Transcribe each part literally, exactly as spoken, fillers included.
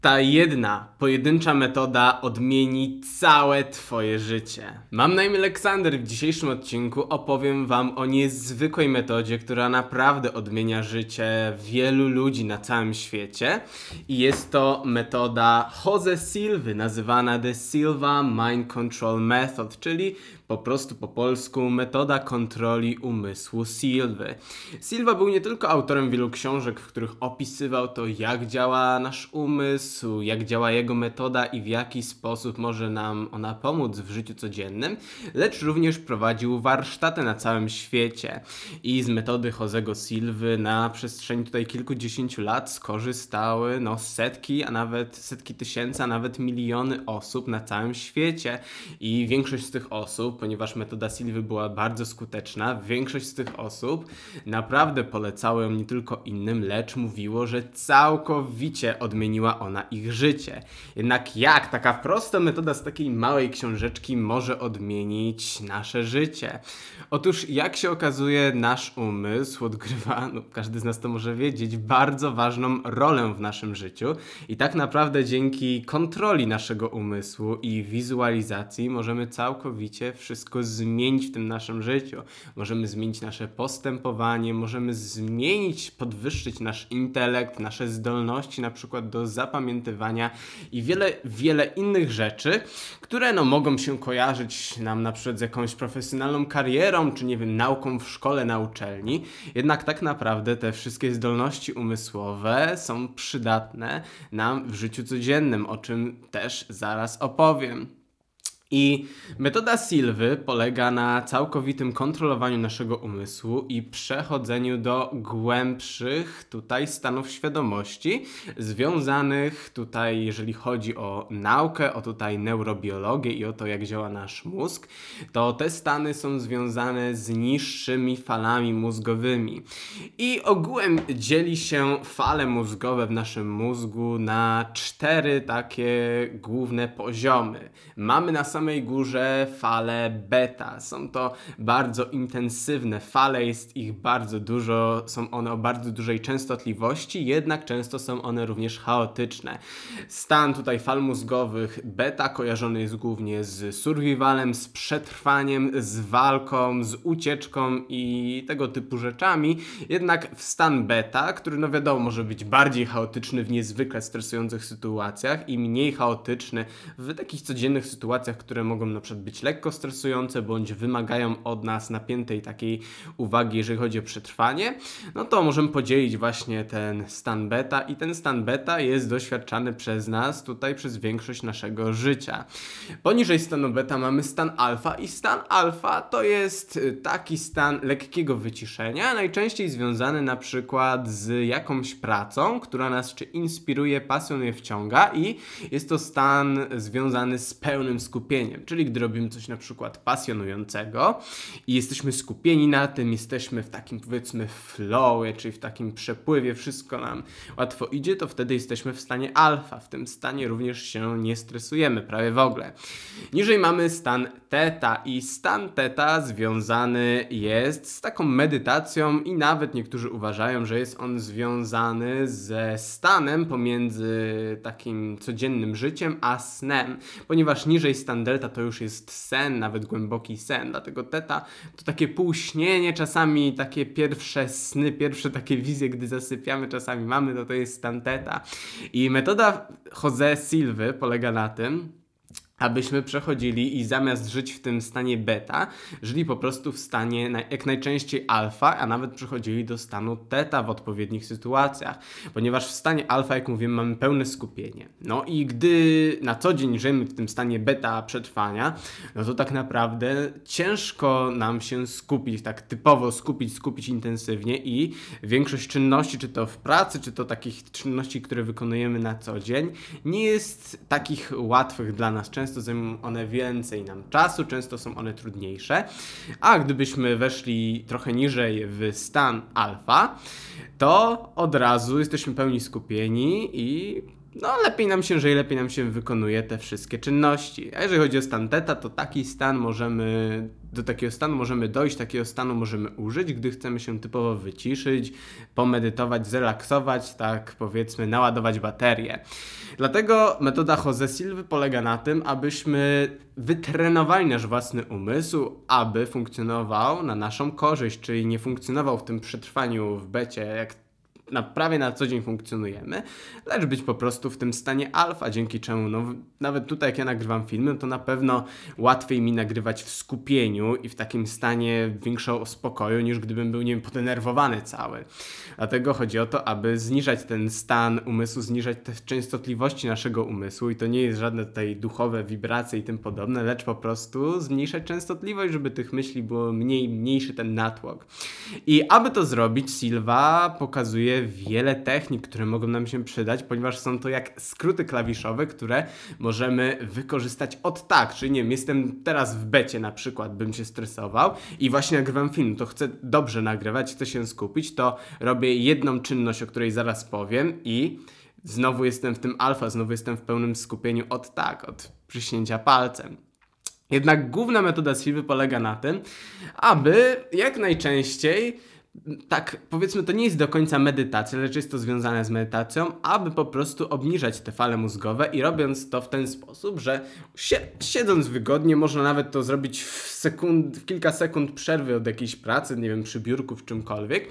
Ta jedna, pojedyncza metoda odmieni całe twoje życie. Mam na imię Aleksander. W dzisiejszym odcinku opowiem wam o niezwykłej metodzie, która naprawdę odmienia życie wielu ludzi na całym świecie. I jest to metoda Jose Silvy, nazywana The Silva Mind Control Method, czyli po prostu po polsku metoda kontroli umysłu Silvy. Silva był nie tylko autorem wielu książek, w których opisywał to, jak działa nasz umysł, jak działa jego metoda i w jaki sposób może nam ona pomóc w życiu codziennym, lecz również prowadził warsztaty na całym świecie. I z metody Josego Silvy na przestrzeni tutaj kilkudziesięciu lat skorzystały no setki, a nawet setki tysięcy, a nawet miliony osób na całym świecie. I większość z tych osób, ponieważ metoda Silvy była bardzo skuteczna, większość z tych osób naprawdę polecało ją nie tylko innym, lecz mówiło, że całkowicie odmieniła ona ich życie. Jednak jak taka prosta metoda z takiej małej książeczki może odmienić nasze życie? Otóż jak się okazuje, nasz umysł odgrywa, no każdy z nas to może wiedzieć, bardzo ważną rolę w naszym życiu i tak naprawdę dzięki kontroli naszego umysłu i wizualizacji możemy całkowicie wszystko zmienić w tym naszym życiu. Możemy zmienić nasze postępowanie, możemy zmienić, podwyższyć nasz intelekt, nasze zdolności na przykład do zapamiętywania i wiele, wiele innych rzeczy, które no mogą się kojarzyć nam na przykład z jakąś profesjonalną karierą, czy nie wiem, nauką w szkole, na uczelni. Jednak tak naprawdę te wszystkie zdolności umysłowe są przydatne nam w życiu codziennym, o czym też zaraz opowiem. I metoda Silvy polega na całkowitym kontrolowaniu naszego umysłu i przechodzeniu do głębszych tutaj stanów świadomości związanych tutaj, jeżeli chodzi o naukę, o tutaj neurobiologię i o to, jak działa nasz mózg, to te stany są związane z niższymi falami mózgowymi. I ogółem dzieli się fale mózgowe w naszym mózgu na cztery takie główne poziomy. Mamy na samym samej górze fale beta. Są to bardzo intensywne fale, jest ich bardzo dużo, są one o bardzo dużej częstotliwości, jednak często są one również chaotyczne. Stan tutaj fal mózgowych beta kojarzony jest głównie z survivalem, z przetrwaniem, z walką, z ucieczką i tego typu rzeczami, jednak w stan beta, który no wiadomo może być bardziej chaotyczny w niezwykle stresujących sytuacjach i mniej chaotyczny w takich codziennych sytuacjach, które mogą na przykład być lekko stresujące, bądź wymagają od nas napiętej takiej uwagi, jeżeli chodzi o przetrwanie, no to możemy podzielić właśnie ten stan beta i ten stan beta jest doświadczany przez nas tutaj przez większość naszego życia. Poniżej stanu beta mamy stan alfa i stan alfa to jest taki stan lekkiego wyciszenia, najczęściej związany na przykład z jakąś pracą, która nas czy inspiruje, pasjonuje, wciąga i jest to stan związany z pełnym skupieniem. Czyli gdy robimy coś na przykład pasjonującego i jesteśmy skupieni na tym, jesteśmy w takim powiedzmy flowie, czyli w takim przepływie, wszystko nam łatwo idzie, to wtedy jesteśmy w stanie alfa. W tym stanie również się nie stresujemy prawie w ogóle. Niżej mamy stan teta i stan teta związany jest z taką medytacją i nawet niektórzy uważają, że jest on związany ze stanem pomiędzy takim codziennym życiem a snem, ponieważ niżej stan delta to już jest sen, nawet głęboki sen, dlatego teta to takie półśnienie, czasami takie pierwsze sny, pierwsze takie wizje, gdy zasypiamy, czasami mamy, to to jest stan teta. I metoda Jose Silvy polega na tym, abyśmy przechodzili i zamiast żyć w tym stanie beta, żyli po prostu w stanie jak najczęściej alfa, a nawet przechodzili do stanu teta w odpowiednich sytuacjach, ponieważ w stanie alfa, jak mówiłem, mamy pełne skupienie. No i gdy na co dzień żyjemy w tym stanie beta przetrwania, no to tak naprawdę ciężko nam się skupić, tak typowo skupić, skupić intensywnie i większość czynności, czy to w pracy, czy to takich czynności, które wykonujemy na co dzień, nie jest takich łatwych dla nas. Często Często zajmują one więcej nam czasu, często są one trudniejsze, a gdybyśmy weszli trochę niżej w stan alfa, to od razu jesteśmy pełni skupieni i no lepiej nam się żyje, lepiej nam się wykonuje te wszystkie czynności. A jeżeli chodzi o stan theta, to taki stan możemy, do takiego stanu możemy dojść, takiego stanu możemy użyć, gdy chcemy się typowo wyciszyć, pomedytować, zrelaksować, tak powiedzmy, naładować baterię. Dlatego metoda Jose Silvy polega na tym, abyśmy wytrenowali nasz własny umysł, aby funkcjonował na naszą korzyść, czyli nie funkcjonował w tym przetrwaniu w becie, jak na, prawie na co dzień funkcjonujemy, lecz być po prostu w tym stanie alfa, dzięki czemu no, nawet tutaj jak ja nagrywam filmy, to na pewno łatwiej mi nagrywać w skupieniu i w takim stanie większego spokoju, niż gdybym był, nie wiem, podenerwowany cały. Dlatego chodzi o to, aby zniżać ten stan umysłu, zniżać te częstotliwości naszego umysłu i to nie jest żadne tutaj duchowe wibracje i tym podobne, lecz po prostu zmniejszać częstotliwość, żeby tych myśli było mniej, mniejszy ten natłok. I aby to zrobić, Silva pokazuje wiele technik, które mogą nam się przydać, ponieważ są to jak skróty klawiszowe, które możemy wykorzystać od tak, czyli nie wiem, jestem teraz w becie na przykład, bym się stresował i właśnie nagrywam film, to chcę dobrze nagrywać, chcę się skupić, to robię jedną czynność, o której zaraz powiem i znowu jestem w tym alfa, znowu jestem w pełnym skupieniu od tak, od przyśnięcia palcem. Jednak główna metoda Silvy polega na tym, aby jak najczęściej, tak powiedzmy, to nie jest do końca medytacja, lecz jest to związane z medytacją, aby po prostu obniżać te fale mózgowe i robiąc to w ten sposób, że siedząc wygodnie, można nawet to zrobić w, sekund, w kilka sekund przerwy od jakiejś pracy, nie wiem, przy biurku, w czymkolwiek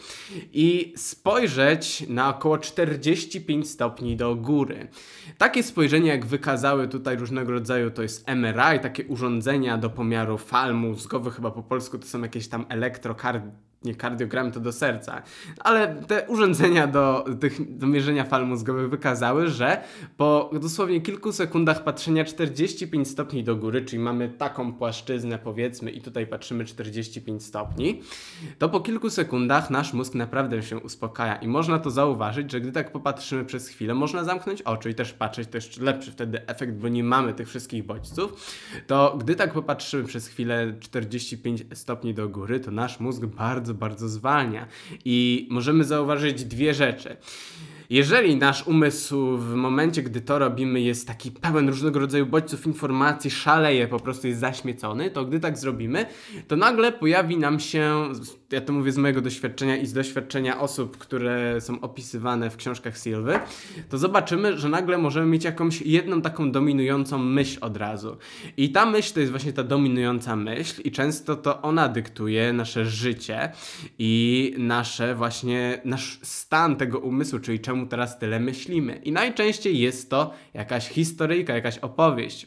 i spojrzeć na około czterdzieści pięć stopni do góry. Takie spojrzenie, jak wykazały tutaj różnego rodzaju, to jest M R I, takie urządzenia do pomiaru fal mózgowych, chyba po polsku to są jakieś tam elektrokardy, nie kardiogram, to do serca, ale te urządzenia do, tych, do mierzenia fal mózgowych wykazały, że po dosłownie kilku sekundach patrzenia czterdzieści pięć stopni do góry, czyli mamy taką płaszczyznę powiedzmy i tutaj patrzymy czterdzieści pięć stopni, to po kilku sekundach nasz mózg naprawdę się uspokaja i można to zauważyć, że gdy tak popatrzymy przez chwilę, można zamknąć oczy i też patrzeć, to jeszcze lepszy wtedy efekt, bo nie mamy tych wszystkich bodźców, to gdy tak popatrzymy przez chwilę czterdzieści pięć stopni do góry, to nasz mózg bardzo bardzo zwalnia i możemy zauważyć dwie rzeczy. Jeżeli nasz umysł w momencie, gdy to robimy, jest taki pełen różnego rodzaju bodźców, informacji, szaleje, po prostu jest zaśmiecony, to gdy tak zrobimy, to nagle pojawi nam się, ja to mówię z mojego doświadczenia i z doświadczenia osób, które są opisywane w książkach Silvy, to zobaczymy, że nagle możemy mieć jakąś jedną taką dominującą myśl od razu. I ta myśl to jest właśnie ta dominująca myśl i często to ona dyktuje nasze życie i nasze właśnie, nasz stan tego umysłu, czyli czemu teraz tyle myślimy. I najczęściej jest to jakaś historyjka, jakaś opowieść.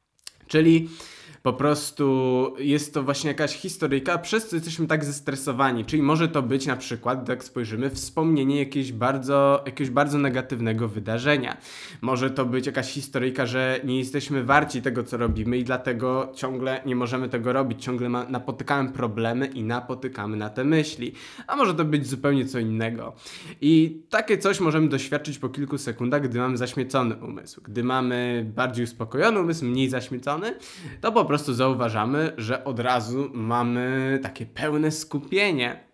Czyli po prostu jest to właśnie jakaś historyjka, przez co jesteśmy tak zestresowani. Czyli może to być na przykład, jak spojrzymy, wspomnienie jakiegoś bardzo, jakiegoś bardzo negatywnego wydarzenia. Może to być jakaś historyjka, że nie jesteśmy warci tego, co robimy i dlatego ciągle nie możemy tego robić. Ciągle ma, napotykamy problemy i napotykamy na te myśli. A może to być zupełnie co innego. I takie coś możemy doświadczyć po kilku sekundach, gdy mamy zaśmiecony umysł. Gdy mamy bardziej uspokojony umysł, mniej zaśmiecony, to po prostu Po prostu zauważamy, że od razu mamy takie pełne skupienie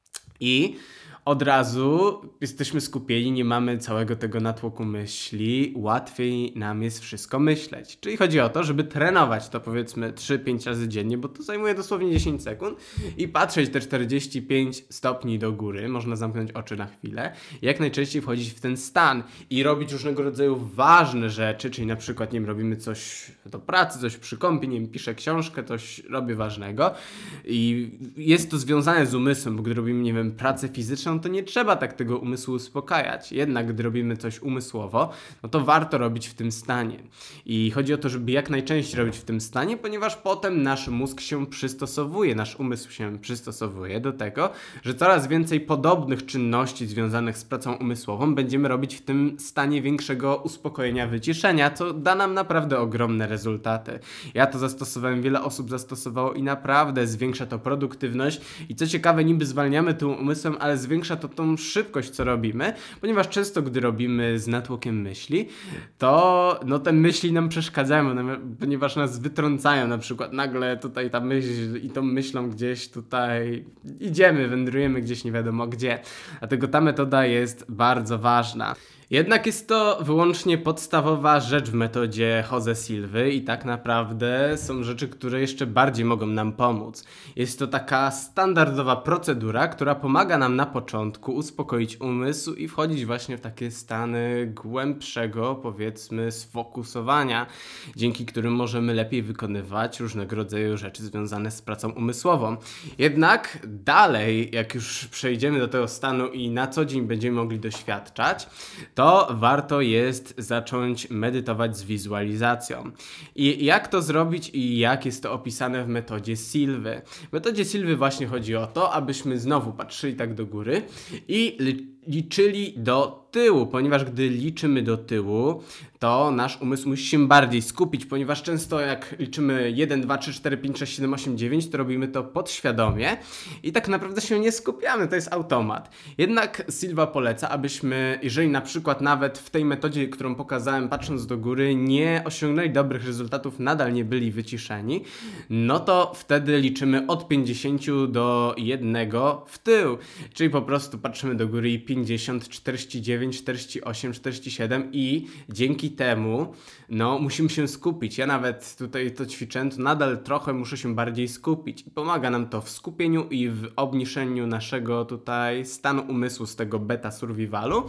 i od razu jesteśmy skupieni, nie mamy całego tego natłoku myśli, łatwiej nam jest wszystko myśleć. Czyli chodzi o to, żeby trenować to powiedzmy trzy pięć razy dziennie, bo to zajmuje dosłownie dziesięć sekund i patrzeć te czterdzieści pięć stopni do góry, można zamknąć oczy na chwilę, jak najczęściej wchodzić w ten stan i robić różnego rodzaju ważne rzeczy, czyli na przykład, nie wiem, robimy coś do pracy, coś przy kompie, nie wiem, piszę książkę, coś robię ważnego i jest to związane z umysłem, bo gdy robimy, nie wiem, pracę fizyczną, to nie trzeba tak tego umysłu uspokajać. Jednak gdy robimy coś umysłowo, no to warto robić w tym stanie. I chodzi o to, żeby jak najczęściej robić w tym stanie, ponieważ potem nasz mózg się przystosowuje, nasz umysł się przystosowuje do tego, że coraz więcej podobnych czynności związanych z pracą umysłową będziemy robić w tym stanie większego uspokojenia, wyciszenia, co da nam naprawdę ogromne rezultaty. Ja to zastosowałem, wiele osób zastosowało i naprawdę zwiększa to produktywność i co ciekawe, niby zwalniamy tym umysłem, ale zwiększa to tą szybkość, co robimy, ponieważ często, gdy robimy z natłokiem myśli, to no te myśli nam przeszkadzają, ponieważ nas wytrącają, na przykład nagle tutaj ta myśl i tą myślą gdzieś tutaj idziemy, wędrujemy gdzieś nie wiadomo gdzie. Dlatego ta metoda jest bardzo ważna. Jednak jest to wyłącznie podstawowa rzecz w metodzie Jose Silvy i tak naprawdę są rzeczy, które jeszcze bardziej mogą nam pomóc. Jest to taka standardowa procedura, która pomaga nam na początku uspokoić umysł i wchodzić właśnie w takie stany głębszego, powiedzmy, sfokusowania, dzięki którym możemy lepiej wykonywać różnego rodzaju rzeczy związane z pracą umysłową. Jednak dalej, jak już przejdziemy do tego stanu i na co dzień będziemy mogli doświadczać, to warto jest zacząć medytować z wizualizacją. I jak to zrobić i jak jest to opisane w metodzie Silvy? W metodzie Silvy właśnie chodzi o to, abyśmy znowu patrzyli tak do góry i liczyli do tyłu, ponieważ gdy liczymy do tyłu, to nasz umysł musi się bardziej skupić, ponieważ często jak liczymy jeden, dwa, trzy, cztery, pięć, sześć, siedem, osiem, dziewięć, to robimy to podświadomie i tak naprawdę się nie skupiamy, to jest automat. Jednak Silva poleca, abyśmy, jeżeli na przykład nawet w tej metodzie, którą pokazałem, patrząc do góry, nie osiągnęli dobrych rezultatów, nadal nie byli wyciszeni, no to wtedy liczymy od pięćdziesięciu do jednego w tył, czyli po prostu patrzymy do góry i pięćdziesiąt, czterdzieści dziewięć, czterdzieści osiem, czterdzieści siedem i dzięki temu no musimy się skupić. Ja nawet tutaj to ćwiczę, to nadal trochę muszę się bardziej skupić i pomaga nam to w skupieniu i w obniżeniu naszego tutaj stanu umysłu z tego beta survivalu.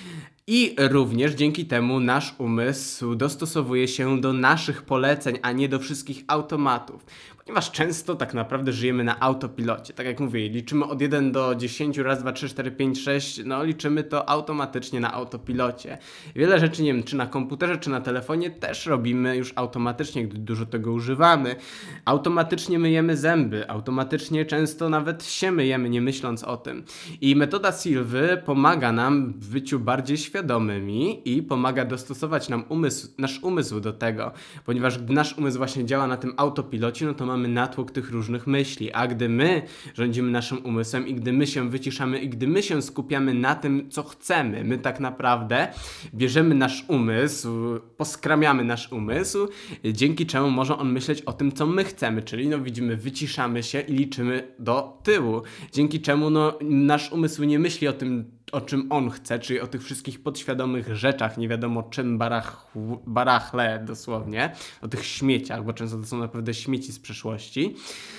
I również dzięki temu nasz umysł dostosowuje się do naszych poleceń, a nie do wszystkich automatów. Ponieważ często tak naprawdę żyjemy na autopilocie. Tak jak mówię, liczymy od jeden do dziesięciu, raz, dwa, trzy, cztery, pięć, sześć, no liczymy to automatycznie na autopilocie. Wiele rzeczy, nie wiem, czy na komputerze, czy na telefonie też robimy już automatycznie, gdy dużo tego używamy. Automatycznie myjemy zęby, automatycznie często nawet się myjemy, nie myśląc o tym. I metoda Silvy pomaga nam w byciu bardziej świadomymi i pomaga dostosować nam umysł, nasz umysł do tego, ponieważ gdy nasz umysł właśnie działa na tym autopilocie, no to mamy natłok tych różnych myśli, a gdy my rządzimy naszym umysłem i gdy my się wyciszamy i gdy my się skupiamy na tym, co chcemy, my tak naprawdę bierzemy nasz umysł, poskramiamy nasz umysł, dzięki czemu może on myśleć o tym, co my chcemy, czyli no widzimy, wyciszamy się i liczymy do tyłu, dzięki czemu no nasz umysł nie myśli o tym, o czym on chce, czyli o tych wszystkich podświadomych rzeczach, nie wiadomo czym barach, barachle dosłownie, o tych śmieciach, bo często to są naprawdę śmieci z przeszłości,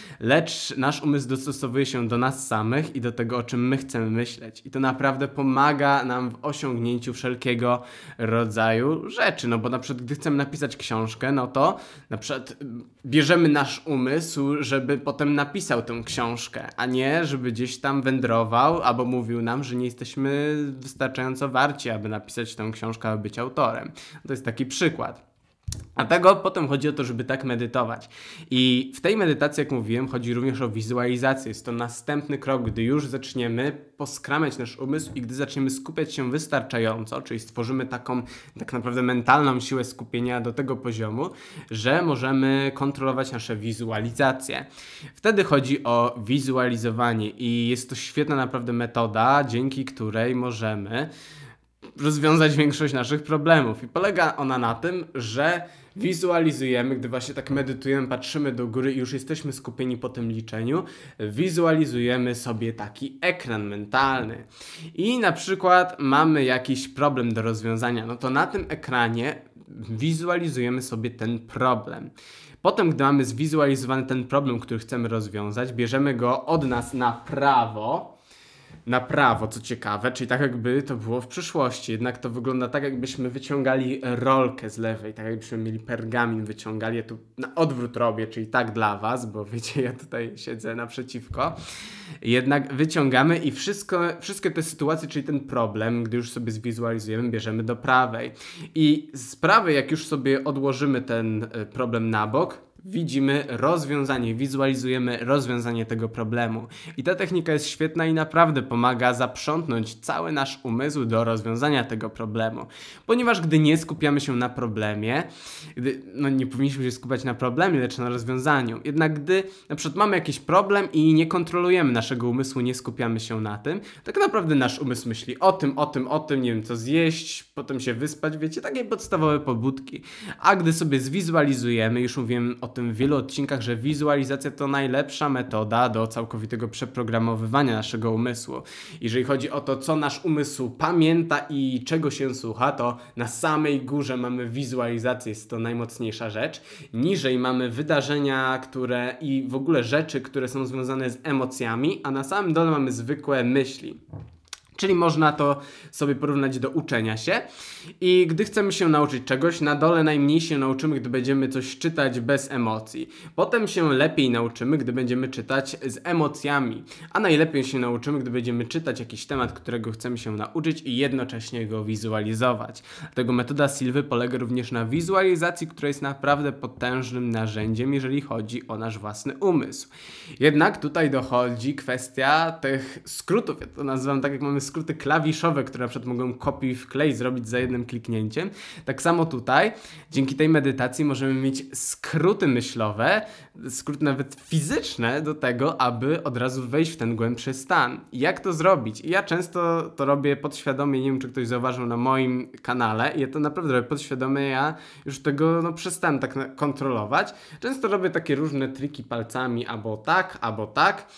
lecz nasz umysł dostosowuje się do nas samych i do tego, o czym my chcemy myśleć. I to naprawdę pomaga nam w osiągnięciu wszelkiego rodzaju rzeczy, no bo na przykład gdy chcemy napisać książkę, no to na przykład bierzemy nasz umysł, żeby potem napisał tę książkę, a nie żeby gdzieś tam wędrował albo mówił nam, że nie jesteśmy wystarczająco warci, aby napisać tę książkę, aby być autorem. To jest taki przykład. A tego potem chodzi o to, żeby tak medytować. I w tej medytacji, jak mówiłem, chodzi również o wizualizację. Jest to następny krok, gdy już zaczniemy poskramiać nasz umysł i gdy zaczniemy skupiać się wystarczająco, czyli stworzymy taką tak naprawdę mentalną siłę skupienia do tego poziomu, że możemy kontrolować nasze wizualizacje. Wtedy chodzi o wizualizowanie i jest to świetna naprawdę metoda, dzięki której możemy rozwiązać większość naszych problemów. I polega ona na tym, że wizualizujemy, gdy właśnie tak medytujemy, patrzymy do góry i już jesteśmy skupieni po tym liczeniu, wizualizujemy sobie taki ekran mentalny. I na przykład mamy jakiś problem do rozwiązania, no to na tym ekranie wizualizujemy sobie ten problem. Potem, gdy mamy zwizualizowany ten problem, który chcemy rozwiązać, bierzemy go od nas na prawo, na prawo, co ciekawe, czyli tak jakby to było w przyszłości, jednak to wygląda tak, jakbyśmy wyciągali rolkę z lewej, tak jakbyśmy mieli pergamin, wyciągali, ja tu na odwrót robię, czyli tak dla was, bo wiecie, ja tutaj siedzę naprzeciwko, jednak wyciągamy i wszystko, wszystkie te sytuacje, czyli ten problem, gdy już sobie zwizualizujemy, bierzemy do prawej i z prawej, jak już sobie odłożymy ten problem na bok, widzimy rozwiązanie, wizualizujemy rozwiązanie tego problemu. I ta technika jest świetna i naprawdę pomaga zaprzątnąć cały nasz umysł do rozwiązania tego problemu. Ponieważ gdy nie skupiamy się na problemie, gdy, no nie powinniśmy się skupiać na problemie, lecz na rozwiązaniu. Jednak gdy na przykład mamy jakiś problem i nie kontrolujemy naszego umysłu, nie skupiamy się na tym, tak naprawdę nasz umysł myśli o tym, o tym, o tym, nie wiem co zjeść, potem się wyspać, wiecie, takie podstawowe pobudki. A gdy sobie zwizualizujemy, już mówiłem o tym w wielu odcinkach, że wizualizacja to najlepsza metoda do całkowitego przeprogramowywania naszego umysłu. Jeżeli chodzi o to, co nasz umysł pamięta i czego się słucha, to na samej górze mamy wizualizację, jest to najmocniejsza rzecz. Niżej mamy wydarzenia, które i w ogóle rzeczy, które są związane z emocjami, a na samym dole mamy zwykłe myśli. Czyli można to sobie porównać do uczenia się i gdy chcemy się nauczyć czegoś, na dole najmniej się nauczymy, gdy będziemy coś czytać bez emocji. Potem się lepiej nauczymy, gdy będziemy czytać z emocjami, a najlepiej się nauczymy, gdy będziemy czytać jakiś temat, którego chcemy się nauczyć i jednocześnie go wizualizować. Dlatego metoda Silvy polega również na wizualizacji, która jest naprawdę potężnym narzędziem, jeżeli chodzi o nasz własny umysł. Jednak tutaj dochodzi kwestia tych skrótów, ja to nazywam tak, jak mamy skróty klawiszowe, które na przykład mogą kopiuj wklej zrobić za jednym kliknięciem. Tak samo tutaj, dzięki tej medytacji możemy mieć skróty myślowe, skróty nawet fizyczne do tego, aby od razu wejść w ten głębszy stan. I jak to zrobić? I ja często to robię podświadomie, nie wiem, czy ktoś zauważył na moim kanale, i ja to naprawdę robię podświadomie, ja już tego no, przestałem tak kontrolować. Często robię takie różne triki palcami, albo tak, albo tak.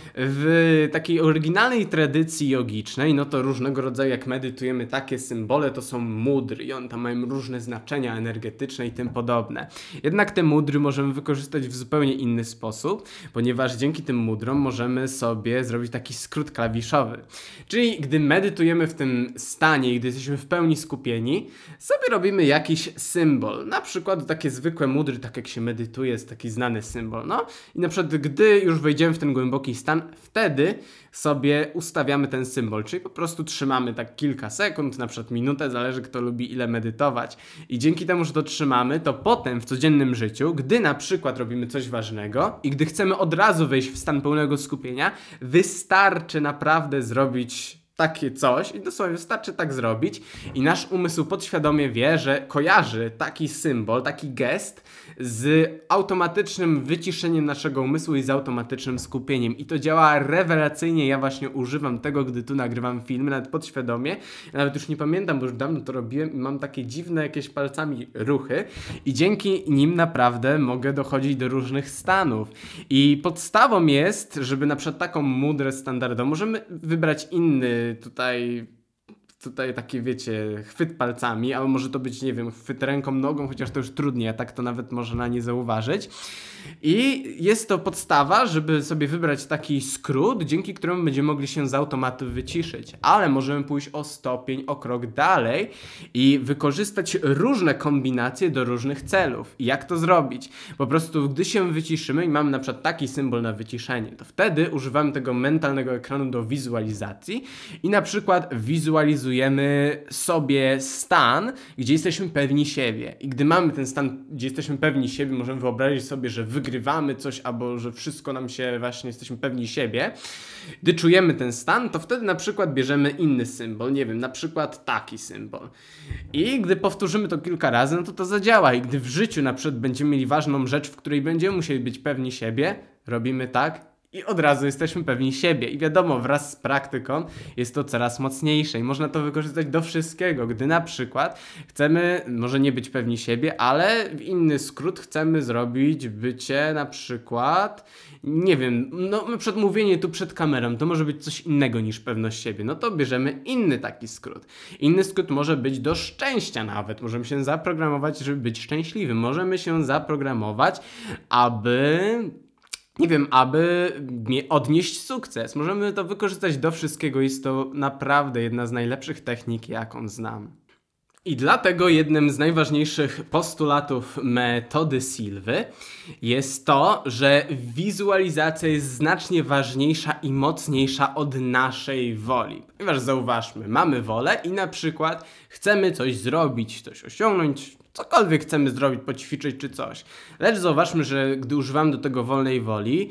W takiej oryginalnej tradycji jogicznej, no to różnego rodzaju, jak medytujemy, takie symbole to są mudry i one tam mają różne znaczenia energetyczne i tym podobne. Jednak te mudry możemy wykorzystać w zupełnie inny sposób, ponieważ dzięki tym mudrom możemy sobie zrobić taki skrót klawiszowy. Czyli gdy medytujemy w tym stanie i gdy jesteśmy w pełni skupieni, sobie robimy jakiś symbol. Na przykład takie zwykłe mudry, tak jak się medytuje, jest taki znany symbol. No i na przykład gdy już wejdziemy w ten głęboki stan, wtedy sobie ustawiamy ten symbol, czyli po prostu trzymamy tak kilka sekund, na przykład minutę, zależy kto lubi ile medytować. I dzięki temu, że to trzymamy, to potem w codziennym życiu, gdy na przykład robimy coś ważnego i gdy chcemy od razu wejść w stan pełnego skupienia, wystarczy naprawdę zrobić takie coś i dosłownie wystarczy tak zrobić i nasz umysł podświadomie wie, że kojarzy taki symbol, taki gest z automatycznym wyciszeniem naszego umysłu i z automatycznym skupieniem. I to działa rewelacyjnie. Ja właśnie używam tego, gdy tu nagrywam filmy, nawet podświadomie. Nawet już nie pamiętam, bo już dawno to robiłem i mam takie dziwne jakieś palcami ruchy i dzięki nim naprawdę mogę dochodzić do różnych stanów. I podstawą jest, żeby na przykład taką mudrę standardową, możemy wybrać inny tutaj tutaj taki, wiecie, chwyt palcami, albo może to być, nie wiem, chwyt ręką, nogą, chociaż to już trudniej, a tak to nawet można nie zauważyć. I jest to podstawa, żeby sobie wybrać taki skrót, dzięki któremu będziemy mogli się z automatu wyciszyć. Ale możemy pójść o stopień, o krok dalej i wykorzystać różne kombinacje do różnych celów. I jak to zrobić? Po prostu, gdy się wyciszymy i mamy na przykład taki symbol na wyciszenie, to wtedy używamy tego mentalnego ekranu do wizualizacji i na przykład wizualizujemy sobie stan, gdzie jesteśmy pewni siebie. I gdy mamy ten stan, gdzie jesteśmy pewni siebie, możemy wyobrazić sobie, że wygrywamy coś, albo że wszystko nam się właśnie, jesteśmy pewni siebie. Gdy czujemy ten stan, to wtedy na przykład bierzemy inny symbol, nie wiem, na przykład taki symbol. I gdy powtórzymy to kilka razy, no to to zadziała. I gdy w życiu na przykład będziemy mieli ważną rzecz, w której będziemy musieli być pewni siebie, robimy tak i od razu jesteśmy pewni siebie. I wiadomo, wraz z praktyką jest to coraz mocniejsze i można to wykorzystać do wszystkiego. Gdy na przykład chcemy, może nie być pewni siebie, ale w inny skrót chcemy zrobić bycie na przykład, nie wiem, no na przykład mówienie tu przed kamerą, to może być coś innego niż pewność siebie. No to bierzemy inny taki skrót. Inny skrót może być do szczęścia nawet. Możemy się zaprogramować, żeby być szczęśliwym. Możemy się zaprogramować, aby... Nie wiem, aby odnieść sukces. Możemy to wykorzystać do wszystkiego. Jest to naprawdę jedna z najlepszych technik, jaką znam. I dlatego jednym z najważniejszych postulatów metody Silvy jest to, że wizualizacja jest znacznie ważniejsza i mocniejsza od naszej woli. Ponieważ zauważmy, mamy wolę i na przykład chcemy coś zrobić, coś osiągnąć, cokolwiek chcemy zrobić, poćwiczyć czy coś. Lecz zauważmy, że gdy używamy do tego wolnej woli,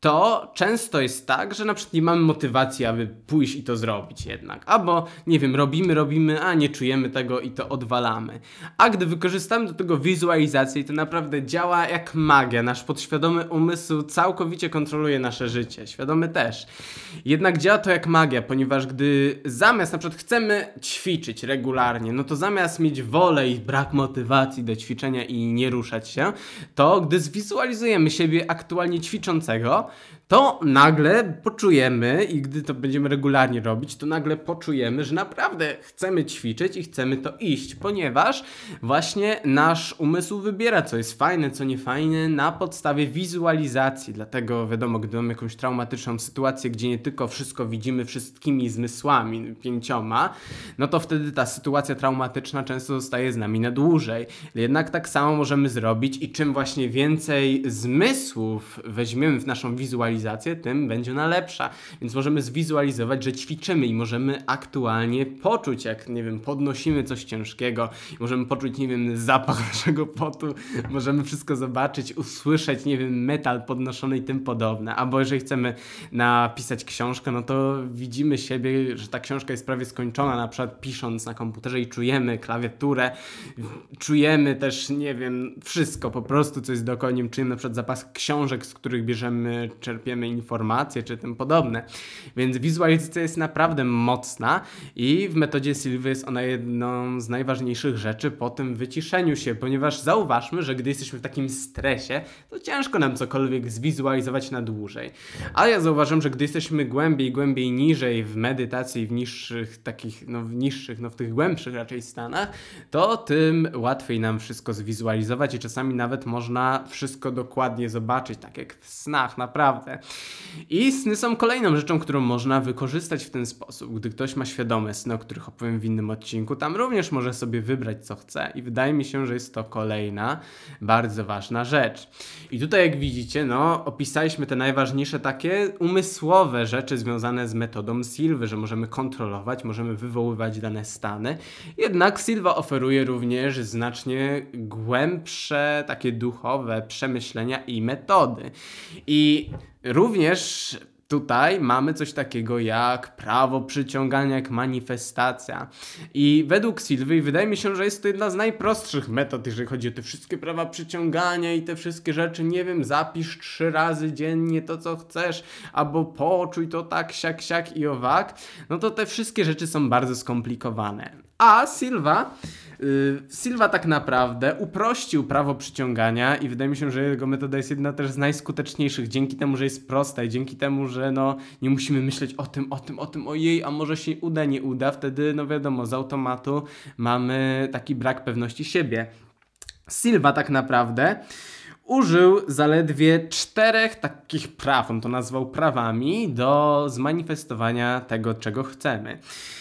to często jest tak, że na przykład nie mamy motywacji, aby pójść i to zrobić jednak. Albo, nie wiem, robimy, robimy, a nie czujemy tego i to odwalamy. A gdy wykorzystamy do tego wizualizację, to naprawdę działa jak magia. Nasz podświadomy umysł całkowicie kontroluje nasze życie. Świadomy też. Jednak działa to jak magia, ponieważ gdy zamiast, na przykład chcemy ćwiczyć regularnie, no to zamiast mieć wolę i brak motywacji do ćwiczenia i nie ruszać się, to gdy zwizualizujemy siebie aktualnie ćwiczącego, to nagle poczujemy i gdy to będziemy regularnie robić, to nagle poczujemy, że naprawdę chcemy ćwiczyć i chcemy to iść, ponieważ właśnie nasz umysł wybiera, co jest fajne, co nie fajne na podstawie wizualizacji. Dlatego wiadomo, gdy mamy jakąś traumatyczną sytuację, gdzie nie tylko wszystko widzimy wszystkimi zmysłami, pięcioma, no to wtedy ta sytuacja traumatyczna często zostaje z nami na dłużej. Jednak tak samo możemy zrobić i czym właśnie więcej zmysłów weźmiemy w naszą wizualizację, tym będzie ona lepsza. Więc możemy zwizualizować, że ćwiczymy i możemy aktualnie poczuć, jak, nie wiem, podnosimy coś ciężkiego i możemy poczuć, nie wiem, zapach naszego potu, możemy wszystko zobaczyć, usłyszeć, nie wiem, metal podnoszony i tym podobne. Albo jeżeli chcemy napisać książkę, no to widzimy siebie, że ta książka jest prawie skończona, na przykład pisząc na komputerze i czujemy klawiaturę, czujemy też, nie wiem, wszystko po prostu, co jest dookoła, nim czujemy na przykład zapas książek, z których bierzemy, czerpiemy informacje, czy tym podobne. Więc wizualizacja jest naprawdę mocna i w metodzie Sylwy jest ona jedną z najważniejszych rzeczy po tym wyciszeniu się, ponieważ zauważmy, że gdy jesteśmy w takim stresie, to ciężko nam cokolwiek zwizualizować na dłużej. Ale ja zauważam, że gdy jesteśmy głębiej, głębiej niżej w medytacji, w niższych takich, no w niższych, no w tych głębszych raczej stanach, to tym łatwiej nam wszystko zwizualizować i czasami nawet można wszystko dokładnie zobaczyć, tak jak w snach, naprawdę. I sny są kolejną rzeczą, którą można wykorzystać w ten sposób. Gdy ktoś ma świadome sny, o których opowiem w innym odcinku, tam również może sobie wybrać, co chce i wydaje mi się, że jest to kolejna bardzo ważna rzecz. I tutaj, jak widzicie, no opisaliśmy te najważniejsze takie umysłowe rzeczy związane z metodą Sylwy, że możemy kontrolować, możemy wywoływać dane stany. Jednak Sylwa oferuje również znacznie głębsze, takie duchowe przemyślenia i metody. I również tutaj mamy coś takiego jak prawo przyciągania, jak manifestacja. I według Sylwy wydaje mi się, że jest to jedna z najprostszych metod, jeżeli chodzi o te wszystkie prawa przyciągania i te wszystkie rzeczy. Nie wiem, zapisz trzy razy dziennie to, co chcesz, albo poczuj to tak, siak, siak i owak. No to te wszystkie rzeczy są bardzo skomplikowane. A Sylwa... Yy, Sylwa tak naprawdę uprościł prawo przyciągania i wydaje mi się, że jego metoda jest jedna też z najskuteczniejszych dzięki temu, że jest prosta i dzięki temu, że no nie musimy myśleć o tym, o tym, o tym, ojej, a może się uda, nie uda, wtedy no wiadomo, z automatu mamy taki brak pewności siebie. Sylwa tak naprawdę użył zaledwie czterech takich praw, on to nazwał prawami, do zmanifestowania tego, czego chcemy.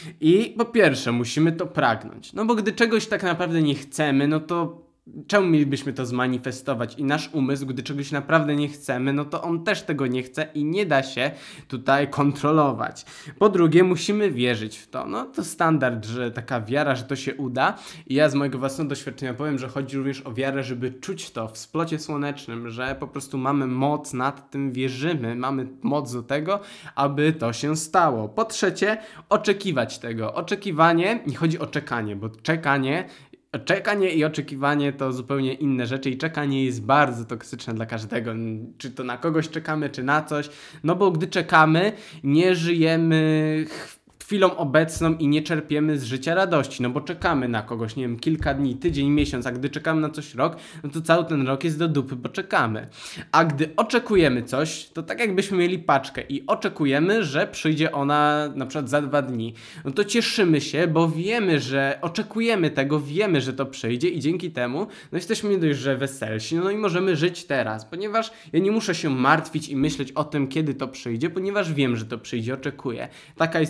I po pierwsze, musimy to pragnąć. No bo gdy czegoś tak naprawdę nie chcemy, no to czemu mielibyśmy to zmanifestować? I nasz umysł, gdy czegoś naprawdę nie chcemy, no to on też tego nie chce i nie da się tutaj kontrolować. Po drugie, musimy wierzyć w to. No to standard, że taka wiara, że to się uda. I ja z mojego własnego doświadczenia powiem, że chodzi również o wiarę, żeby czuć to w splocie słonecznym, że po prostu mamy moc nad tym, wierzymy, mamy moc do tego, aby to się stało. Po trzecie, oczekiwać tego. Oczekiwanie, nie chodzi o czekanie, bo czekanie Czekanie i oczekiwanie to zupełnie inne rzeczy i czekanie jest bardzo toksyczne dla każdego. Czy to na kogoś czekamy, czy na coś. No bo gdy czekamy, nie żyjemy chwilą obecną i nie czerpiemy z życia radości, no bo czekamy na kogoś, nie wiem, kilka dni, tydzień, miesiąc, a gdy czekamy na coś rok, no to cały ten rok jest do dupy, bo czekamy. A gdy oczekujemy coś, to tak jakbyśmy mieli paczkę i oczekujemy, że przyjdzie ona na przykład za dwa dni, no to cieszymy się, bo wiemy, że oczekujemy tego, wiemy, że to przyjdzie i dzięki temu, no jesteśmy nie dość, że weselsi, no i możemy żyć teraz, ponieważ ja nie muszę się martwić i myśleć o tym, kiedy to przyjdzie, ponieważ wiem, że to przyjdzie, oczekuję. Taka jest różnica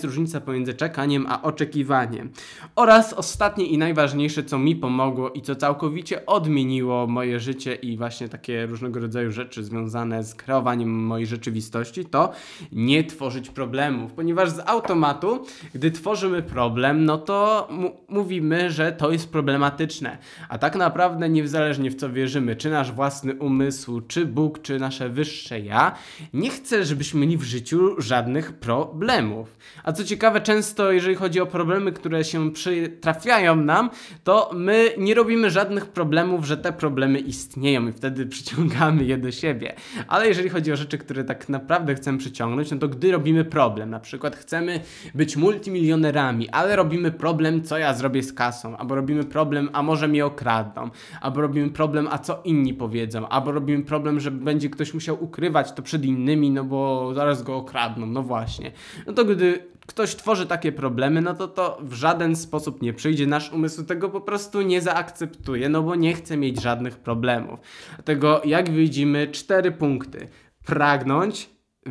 pomiędzy czekaniem a oczekiwaniem. Oraz ostatnie i najważniejsze, co mi pomogło i co całkowicie odmieniło moje życie i właśnie takie różnego rodzaju rzeczy związane z kreowaniem mojej rzeczywistości, to nie tworzyć problemów, ponieważ z automatu, gdy tworzymy problem, no to mówimy, że to jest problematyczne, a tak naprawdę niezależnie w co wierzymy, czy nasz własny umysł, czy Bóg, czy nasze wyższe ja, nie chce, żebyśmy mieli w życiu żadnych problemów. A co ciekawe, często jeżeli chodzi o problemy, które się przytrafiają nam, to my nie robimy żadnych problemów, że te problemy istnieją i wtedy przyciągamy je do siebie. Ale jeżeli chodzi o rzeczy, które tak naprawdę chcemy przyciągnąć, no to gdy robimy problem, na przykład chcemy być multimilionerami, ale robimy problem, co ja zrobię z kasą, albo robimy problem, a może mnie okradną, albo robimy problem, a co inni powiedzą, albo robimy problem, że będzie ktoś musiał ukrywać to przed innymi, no bo zaraz go okradną, no właśnie. No to gdy ktoś tworzy takie problemy, no to to w żaden sposób nie przyjdzie, nasz umysł tego po prostu nie zaakceptuje, no bo nie chce mieć żadnych problemów. Dlatego jak widzimy, cztery punkty. Pragnąć,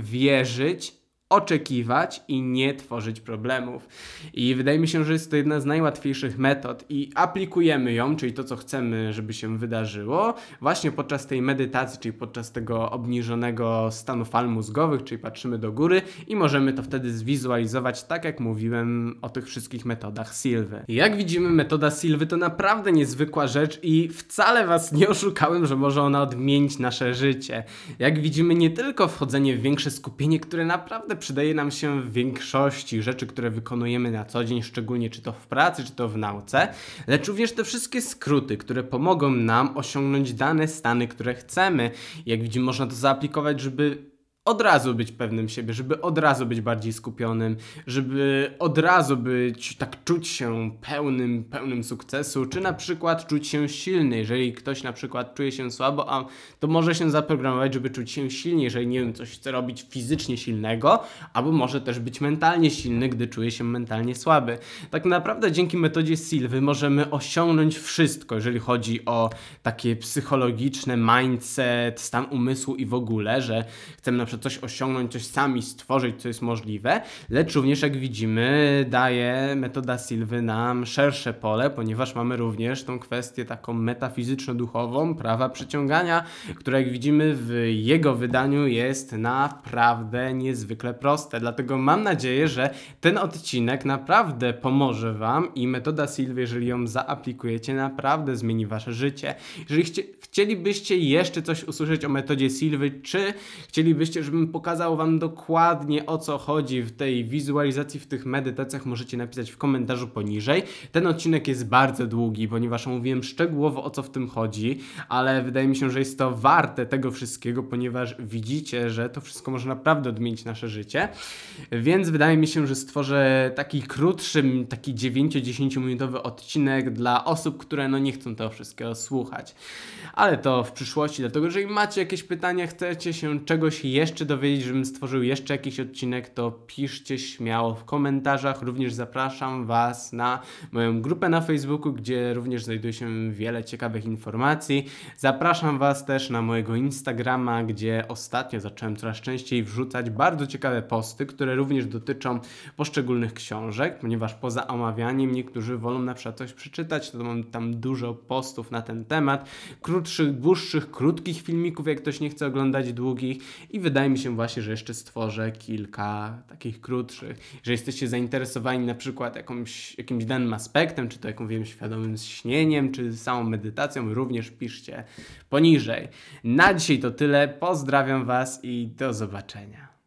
wierzyć, oczekiwać i nie tworzyć problemów. I wydaje mi się, że jest to jedna z najłatwiejszych metod i aplikujemy ją, czyli to, co chcemy, żeby się wydarzyło, właśnie podczas tej medytacji, czyli podczas tego obniżonego stanu fal mózgowych, czyli patrzymy do góry i możemy to wtedy zwizualizować, tak jak mówiłem o tych wszystkich metodach Silwy. I jak widzimy, metoda Silwy to naprawdę niezwykła rzecz i wcale was nie oszukałem, że może ona odmienić nasze życie. Jak widzimy, nie tylko wchodzenie w większe skupienie, które naprawdę przydaje nam się w większości rzeczy, które wykonujemy na co dzień, szczególnie czy to w pracy, czy to w nauce, lecz również te wszystkie skróty, które pomogą nam osiągnąć dane stany, które chcemy. Jak widzimy, można to zaaplikować, żeby od razu być pewnym siebie, żeby od razu być bardziej skupionym, żeby od razu być, tak czuć się pełnym, pełnym sukcesu, czy na przykład czuć się silny, jeżeli ktoś na przykład czuje się słabo, a to może się zaprogramować, żeby czuć się silnie, jeżeli nie wiem, coś chce robić fizycznie silnego, albo może też być mentalnie silny, gdy czuje się mentalnie słaby. Tak naprawdę dzięki metodzie Silwy możemy osiągnąć wszystko, jeżeli chodzi o takie psychologiczne mindset, stan umysłu i w ogóle, że chcemy na przykład coś osiągnąć, coś sami stworzyć, co jest możliwe, lecz również jak widzimy daje metoda Silwy nam szersze pole, ponieważ mamy również tą kwestię taką metafizyczno-duchową, prawa przyciągania, która jak widzimy w jego wydaniu jest naprawdę niezwykle proste. Dlatego mam nadzieję, że ten odcinek naprawdę pomoże wam i metoda Silwy, jeżeli ją zaaplikujecie, naprawdę zmieni wasze życie. Jeżeli chcie, chcielibyście jeszcze coś usłyszeć o metodzie Silwy, czy chcielibyście, żebym pokazał wam dokładnie, o co chodzi w tej wizualizacji, w tych medytacjach, możecie napisać w komentarzu poniżej. Ten odcinek jest bardzo długi, ponieważ omówiłem szczegółowo, o co w tym chodzi, ale wydaje mi się, że jest to warte tego wszystkiego, ponieważ widzicie, że to wszystko może naprawdę odmienić nasze życie. Więc wydaje mi się, że stworzę taki krótszy, taki dziewięcio-dziesięciominutowy odcinek dla osób, które no nie chcą tego wszystkiego słuchać. Ale to w przyszłości, dlatego że jeżeli macie jakieś pytania, chcecie się czegoś jeszcze dowiedzieć, żebym stworzył jeszcze jakiś odcinek, to piszcie śmiało w komentarzach. Również zapraszam was na moją grupę na Facebooku, gdzie również znajduje się wiele ciekawych informacji. Zapraszam was też na mojego Instagrama, gdzie ostatnio zacząłem coraz częściej wrzucać bardzo ciekawe posty, które również dotyczą poszczególnych książek, ponieważ poza omawianiem niektórzy wolą na przykład coś przeczytać, to mam tam dużo postów na ten temat, krótszych, dłuższych, krótkich filmików, jak ktoś nie chce oglądać długich i wydaje mi się właśnie, że jeszcze stworzę kilka takich krótszych. Jeżeli jesteście zainteresowani na przykład jakąś, jakimś danym aspektem, czy to jak mówiłem, świadomym śnieniem, czy samą medytacją, również piszcie poniżej. Na dzisiaj to tyle, pozdrawiam was i do zobaczenia.